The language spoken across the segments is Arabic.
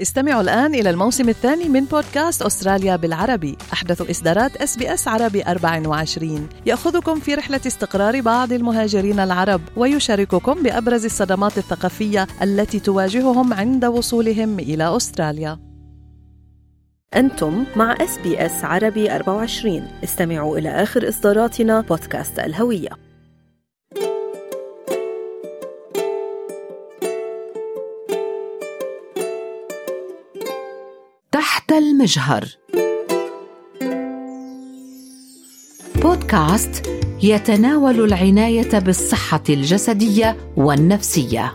استمعوا الآن إلى الموسم الثاني من بودكاست أستراليا بالعربي، أحدث إصدارات SBS عربي 24، يأخذكم في رحلة استقرار بعض المهاجرين العرب ويشارككم بأبرز الصدمات الثقافية التي تواجههم عند وصولهم إلى أستراليا. أنتم مع SBS عربي 24. استمعوا إلى آخر إصداراتنا بودكاست الهوية. تحت المجهر، بودكاست يتناول العناية بالصحة الجسدية والنفسية.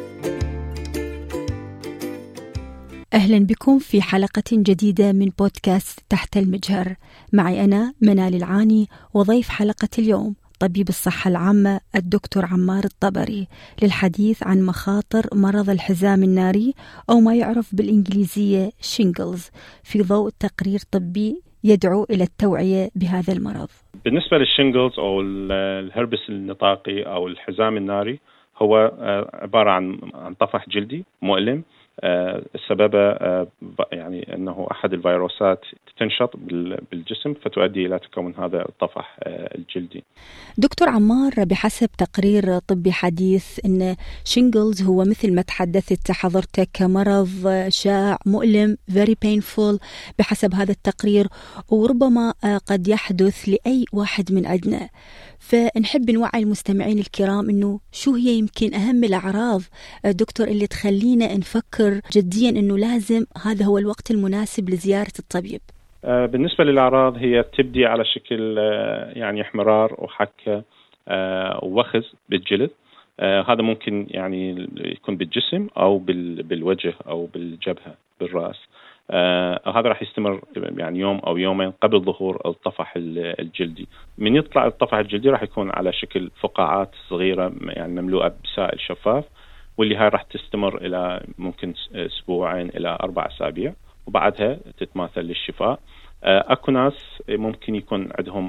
أهلا بكم في حلقة جديدة من بودكاست تحت المجهر. معي أنا منال العاني، وضيف حلقة اليوم طبيب الصحة العامة الدكتور عمار الطبري للحديث عن مخاطر مرض الحزام الناري أو ما يعرف بالإنجليزية شينجلز، في ضوء تقرير طبي يدعو إلى التوعية بهذا المرض. بالنسبة للشينجلز أو الهربس النطاقي أو الحزام الناري، هو عبارة عن طفح جلدي مؤلم السبب يعني أنه أحد الفيروسات تنشط بالجسم فتؤدي إلى تكون هذا الطفح الجلدي. دكتور عمار، بحسب تقرير طبي حديث أن شينجلز هو مثل ما تحدثت حضرتك كمرض شائع مؤلم very painful بحسب هذا التقرير، وربما قد يحدث لأي واحد من عندنا. فنحب نوعي المستمعين الكرام أنه شو هي يمكن أهم الأعراض دكتور اللي تخلينا نفكر جديا أنه لازم هذا هو الوقت المناسب لزيارة الطبيب. بالنسبة للأعراض هي تبدي على شكل يعني احمرار وحكة ووخز بالجلد. هذا ممكن يعني يكون بالجسم أو بالوجه أو بالجبهة بالرأس. هذا راح يستمر يعني يوم أو يومين قبل ظهور الطفح الجلدي. من يطلع الطفح الجلدي راح يكون على شكل فقاعات صغيرة يعني مملوءة بسائل شفاف، واللي هاي راح تستمر إلى ممكن أسبوعين إلى 4 أسابيع، وبعدها تتماثل للشفاء. أكو ناس ممكن يكون عندهم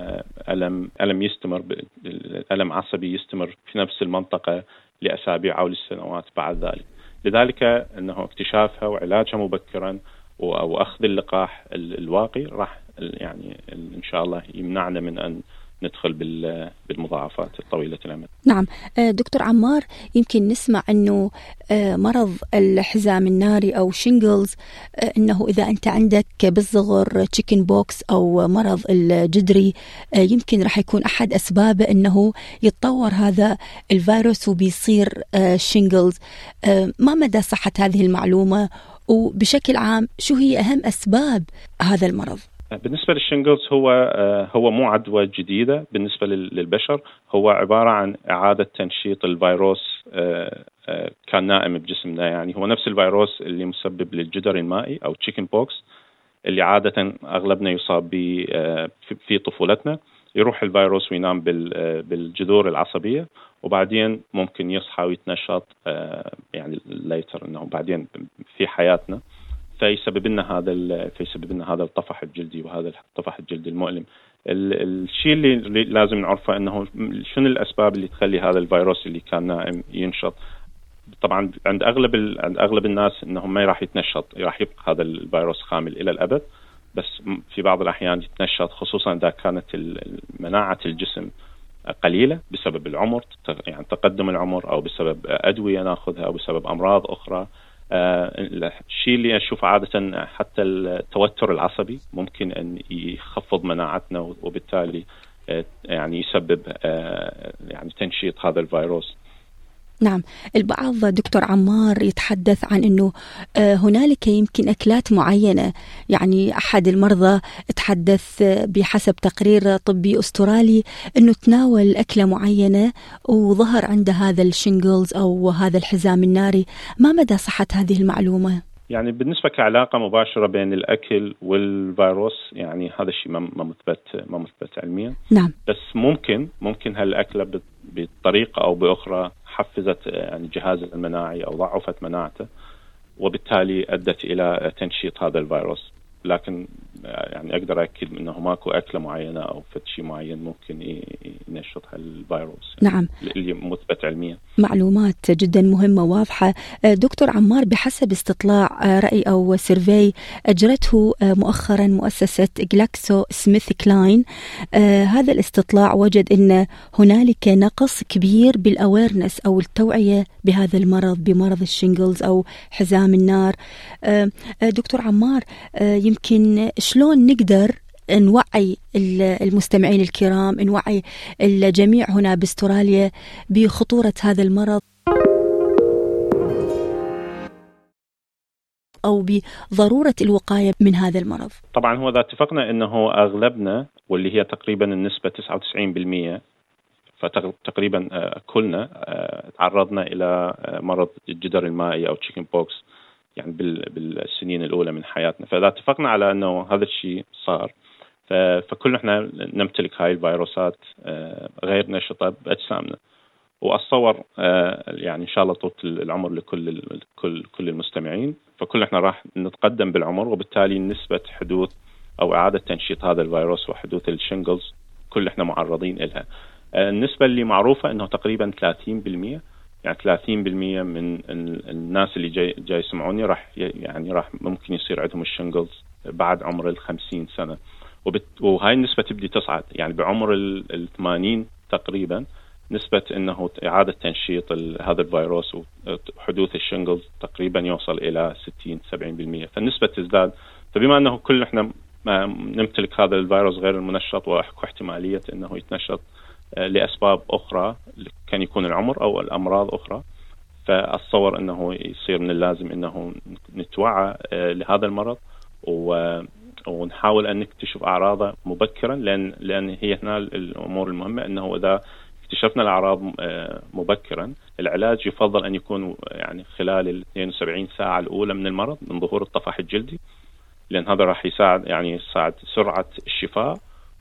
ألم يستمر، ألم عصبي يستمر في نفس المنطقة لأسابيع أو لسنوات بعد ذلك. لذلك أنه اكتشافها وعلاجها مبكرا وأخذ اللقاح الواقي راح يعني إن شاء الله يمنعنا من أن ندخل بالمضاعفات الطويلة الأمد. نعم دكتور عمار، يمكن نسمع أنه مرض الحزام الناري أو شينجلز أنه إذا أنت عندك بالصغر تشيكن بوكس أو مرض الجدري يمكن راح يكون أحد أسبابه أنه يتطور هذا الفيروس وبيصير شينجلز. ما مدى صحة هذه المعلومة، وبشكل عام شو هي أهم أسباب هذا المرض؟ بالنسبة للشينجلز هو مو عدوى جديدة بالنسبة للبشر، هو عبارة عن إعادة تنشيط الفيروس كان نائم بجسمنا. يعني هو نفس الفيروس اللي مسبب للجدري المائي أو تشيكن بوكس اللي عادة أغلبنا يصاب به في طفولتنا. يروح الفيروس وينام بالجذور العصبية، وبعدين ممكن يصحى ويتنشط يعني later إنه بعدين في حياتنا فيسبب لنا هذا الطفح الجلدي وهذا الطفح الجلدي المؤلم. الشيء اللي لازم نعرفه انه شنو الاسباب اللي تخلي هذا الفيروس اللي كان نائم ينشط. طبعا عند اغلب الناس انهم ما راح يتنشط، راح يبقى هذا الفيروس خامل الى الابد، بس في بعض الاحيان يتنشط خصوصا اذا كانت مناعة الجسم قليلة بسبب العمر، يعني تقدم العمر او بسبب ادوية ناخذها او بسبب امراض اخرى. الشيء اللي أشوفه عادة حتى التوتر العصبي ممكن أن يخفض مناعتنا، وبالتالي يعني يسبب يعني تنشيط هذا الفيروس. نعم، البعض دكتور عمار يتحدث عن أنه هنالك يمكن أكلات معينة. يعني أحد المرضى تحدث بحسب تقرير طبي أسترالي أنه تناول أكلة معينة وظهر عنده هذا الشينجلز أو هذا الحزام الناري. ما مدى صحة هذه المعلومة؟ يعني بالنسبة كعلاقة مباشرة بين الأكل والفيروس، يعني هذا الشيء ما مثبت علميا. نعم. بس ممكن هالأكلة بطريقة أو بأخرى حفزت يعني جهاز المناعي أو ضعفت مناعته، وبالتالي أدت إلى تنشيط هذا الفيروس. لكن يعني أقدر أكد أنه ماكو أكلة معينة أو شيء معين ممكن ينشط هالفيروس نعم. اللي مثبت علميا. معلومات جدا مهمة واضحة. دكتور عمار، بحسب استطلاع رأي أو سيرفي أجرته مؤخرا مؤسسة جلاكسو سميث كلاين، هذا الاستطلاع وجد أن هنالك نقص كبير بالأويرنس أو التوعية بهذا المرض، بمرض الشينجلز أو حزام النار. دكتور عمار، يمكن شلون نقدر نوعي المستمعين الكرام، نوعي الجميع هنا باستراليا بخطورة هذا المرض أو بضرورة الوقاية من هذا المرض؟ طبعا هو إذا اتفقنا أنه أغلبنا واللي هي تقريبا النسبة 99%، فتقريبا كلنا تعرضنا إلى مرض الجدر المائي أو تشيكن بوكس يعني بالسنين الأولى من حياتنا. فإذا اتفقنا على أنه هذا الشيء صار، فكلنا احنا نمتلك هاي الفيروسات غير نشطة بأجسامنا. وأتصور يعني إن شاء الله طول العمر لكل المستمعين، فكل احنا راح نتقدم بالعمر، وبالتالي نسبة حدوث أو إعادة تنشيط هذا الفيروس وحدوث الشينجلز كل احنا معرضين إلها. النسبة اللي معروفة أنه تقريبا 30%، يعني 30% من الناس اللي جاي يسمعوني راح ممكن يصير عندهم الشينجلز بعد عمر 50 سنة. وهاي النسبة تبدي تصعد، يعني بعمر 80 تقريبا نسبة أنه إعادة تنشيط هذا الفيروس وحدوث الشينجلز تقريبا يوصل إلى 60-70%، فالنسبة تزداد. فبما أنه كل إحنا نمتلك هذا الفيروس غير المنشط، واحتمالية أنه يتنشط لأسباب أخرى كان يكون العمر أو الأمراض أخرى، فأتصور أنه يصير من اللازم أنه نتوعى لهذا المرض ونحاول أن نكتشف أعراضه مبكرا، لأن هي هنا الأمور المهمة، أنه إذا اكتشفنا الأعراض مبكرا العلاج يفضل أن يكون يعني خلال 72 ساعة الأولى من المرض، من ظهور الطفح الجلدي، لأن هذا راح يساعد سرعة الشفاء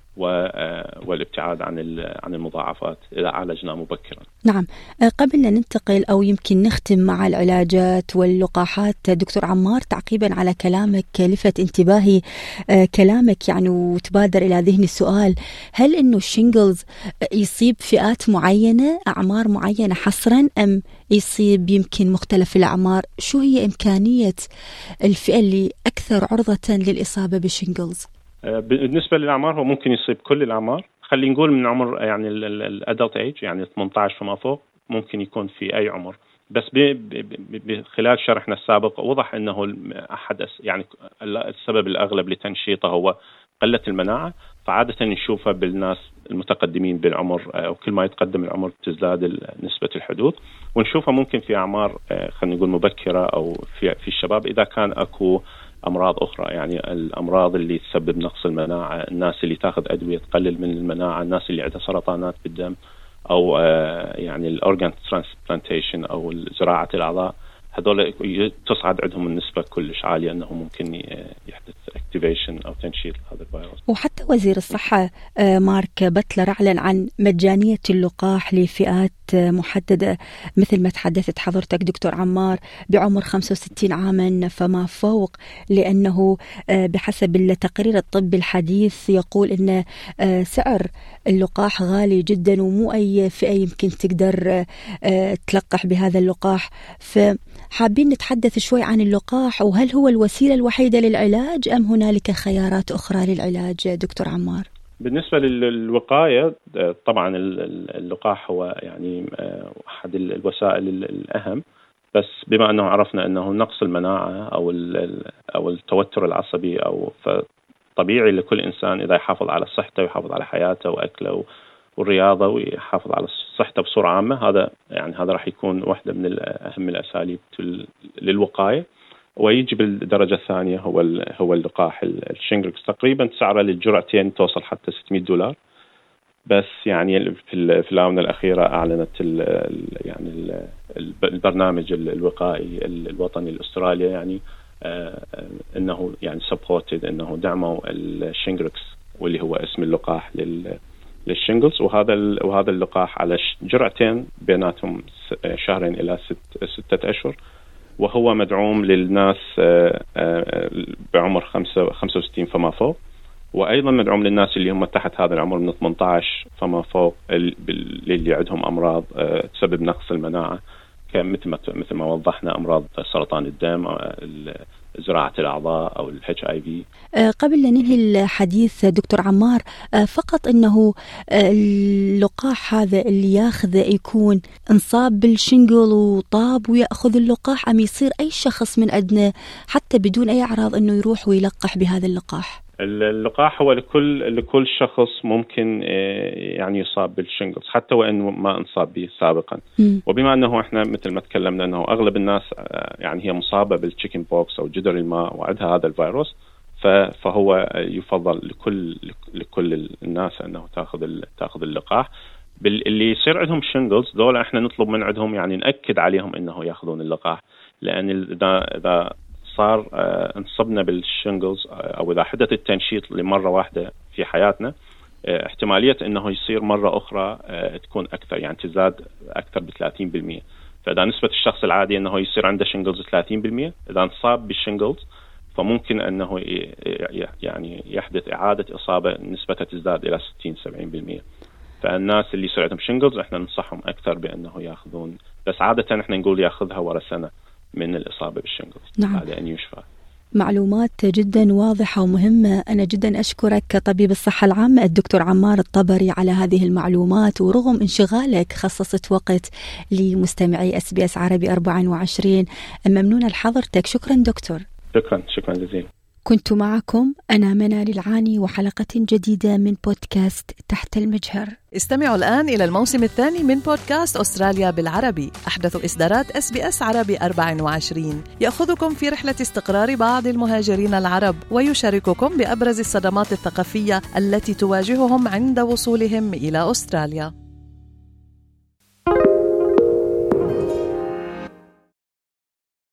والابتعاد عن المضاعفات إذا عالجنا مبكرا. نعم. قبل أن ننتقل أو يمكن نختم مع العلاجات واللقاحات، دكتور عمار، تعقيبا على كلامك لفت انتباهي كلامك يعني وتبادر إلى ذهني السؤال: هل إنه الشينجلز يصيب فئات معينة، أعمار معينة حصرا، أم يصيب يمكن مختلف الأعمار؟ شو هي إمكانية الفئة اللي أكثر عرضة للإصابة بالشينجلز؟ بالنسبة للأعمار هو ممكن يصيب كل الأعمار، خلينا نقول من عمر يعني الأدلت ايج، يعني 18 فما فوق، ممكن يكون في أي عمر. بس خلال شرحنا السابق وضح أنه أحد يعني السبب الأغلب لتنشيطه هو قلة المناعة، فعادة نشوفها بالناس المتقدمين بالعمر، وكل ما يتقدم العمر تزداد نسبة الحدوث، ونشوفها ممكن في أعمار خلينا نقول مبكرة أو في الشباب إذا كان أكو أمراض أخرى، يعني الأمراض اللي تسبب نقص المناعة، الناس اللي تأخذ أدوية تقلل من المناعة، الناس اللي عندها سرطانات بالدم، أو يعني الأورجان ترانسبلانتيشن أو زراعة الأعضاء، هذول تصعد عندهم النسبة كلش عالية أنه ممكن يحدث اكتيفيشن أو تنشيط هذا الفيروس. وحتى وزير الصحة مارك باتلر أعلن عن مجانية اللقاح لفئات محددة، مثل ما تحدثت حضرتك دكتور عمار، بعمر 65 عاما فما فوق، لأنه بحسب التقرير الطبي الحديث يقول أن سعر اللقاح غالي جدا، ومو أي فئة يمكن تقدر تلقح بهذا اللقاح. فحابين نتحدث شوي عن اللقاح، وهل هو الوسيلة الوحيدة للعلاج أم هنالك خيارات أخرى للعلاج دكتور عمار؟ بالنسبة للوقاية طبعا اللقاح هو يعني أحد الوسائل الأهم، بس بما أنه عرفنا أنه نقص المناعة أو التوتر العصبي أو طبيعي لكل إنسان إذا يحافظ على صحته ويحافظ على حياته وأكله والرياضة ويحافظ على صحته بصورة عامة، هذا راح يكون واحدة من أهم الأساليب للوقاية. ويجي بالدرجة الثانية هو اللقاح الشينجلز، تقريبا سعره للجرعتين توصل حتى $600. بس يعني في الآونة الأخيرة أعلنت البرنامج الوقائي الوطني الأسترالي يعني أنه يعني سبورتد، أنه دعموا الشينجلز واللي هو اسم اللقاح للشينجلز، وهذا اللقاح على جرعتين بيناتهم 2 إلى 6 أشهر، وهو مدعوم للناس بعمر 65 فما فوق، وأيضا مدعوم للناس اللي هم تحت هذا العمر من 18 فما فوق اللي عندهم أمراض تسبب نقص المناعة، مثل ما وضحنا أمراض سرطان الدم، زراعة الأعضاء أو HIV. قبل لا ننهي الحديث دكتور عمار، فقط أنه اللقاح هذا اللي ياخذه يكون انصاب بالشنجل وطاب ويأخذ اللقاح، أم يصير أي شخص من عندنا حتى بدون أي أعراض أنه يروح ويلقح بهذا اللقاح؟ اللقاح هو لكل شخص ممكن يعني يصاب بالشنجلز حتى وإن ما انصاب به سابقا. وبما أنه إحنا مثل ما تكلمنا أنه أغلب الناس يعني هي مصابة بالتشيكن بوكس أو جدري الماء وعندها هذا الفيروس، فهو يفضل لكل الناس أنه تأخذ اللقاح. اللي يصير عندهم شنجلز دول إحنا نطلب من عندهم يعني نأكد عليهم أنه يأخذون اللقاح، لأن إذا صار انصبنا بالشنجلز أو إذا حدث التنشيط لمرة واحدة في حياتنا، احتمالية أنه يصير مرة أخرى تكون أكثر، يعني تزداد أكثر ب30%. فإذا نسبة الشخص العادي أنه يصير عنده شنجلز 30%، إذا انصاب بالشنجلز فممكن أنه يعني يحدث إعادة إصابة نسبتها تزداد إلى 60-70%. فالناس اللي يصير عندهم شنجلز احنا ننصحهم أكثر بأنه يأخذون، بس عادة احنا نقول يأخذها ورا سنة من الإصابة بالشنجلز. نعم. بعد أن يشفى. معلومات جدا واضحة ومهمة. أنا جدا أشكرك طبيب الصحة العامة الدكتور عمار الطبري على هذه المعلومات، ورغم انشغالك خصصت وقت لمستمعي SBS عربي 24. ممنونة لحضرتك. شكرا دكتور. شكرا جزيلا. كنت معكم أنا منال العاني وحلقة جديدة من بودكاست تحت المجهر. استمعوا الآن إلى الموسم الثاني من بودكاست أستراليا بالعربي، أحدث إصدارات SBS عربي 24، يأخذكم في رحلة استقرار بعض المهاجرين العرب ويشارككم بأبرز الصدمات الثقافية التي تواجههم عند وصولهم إلى أستراليا.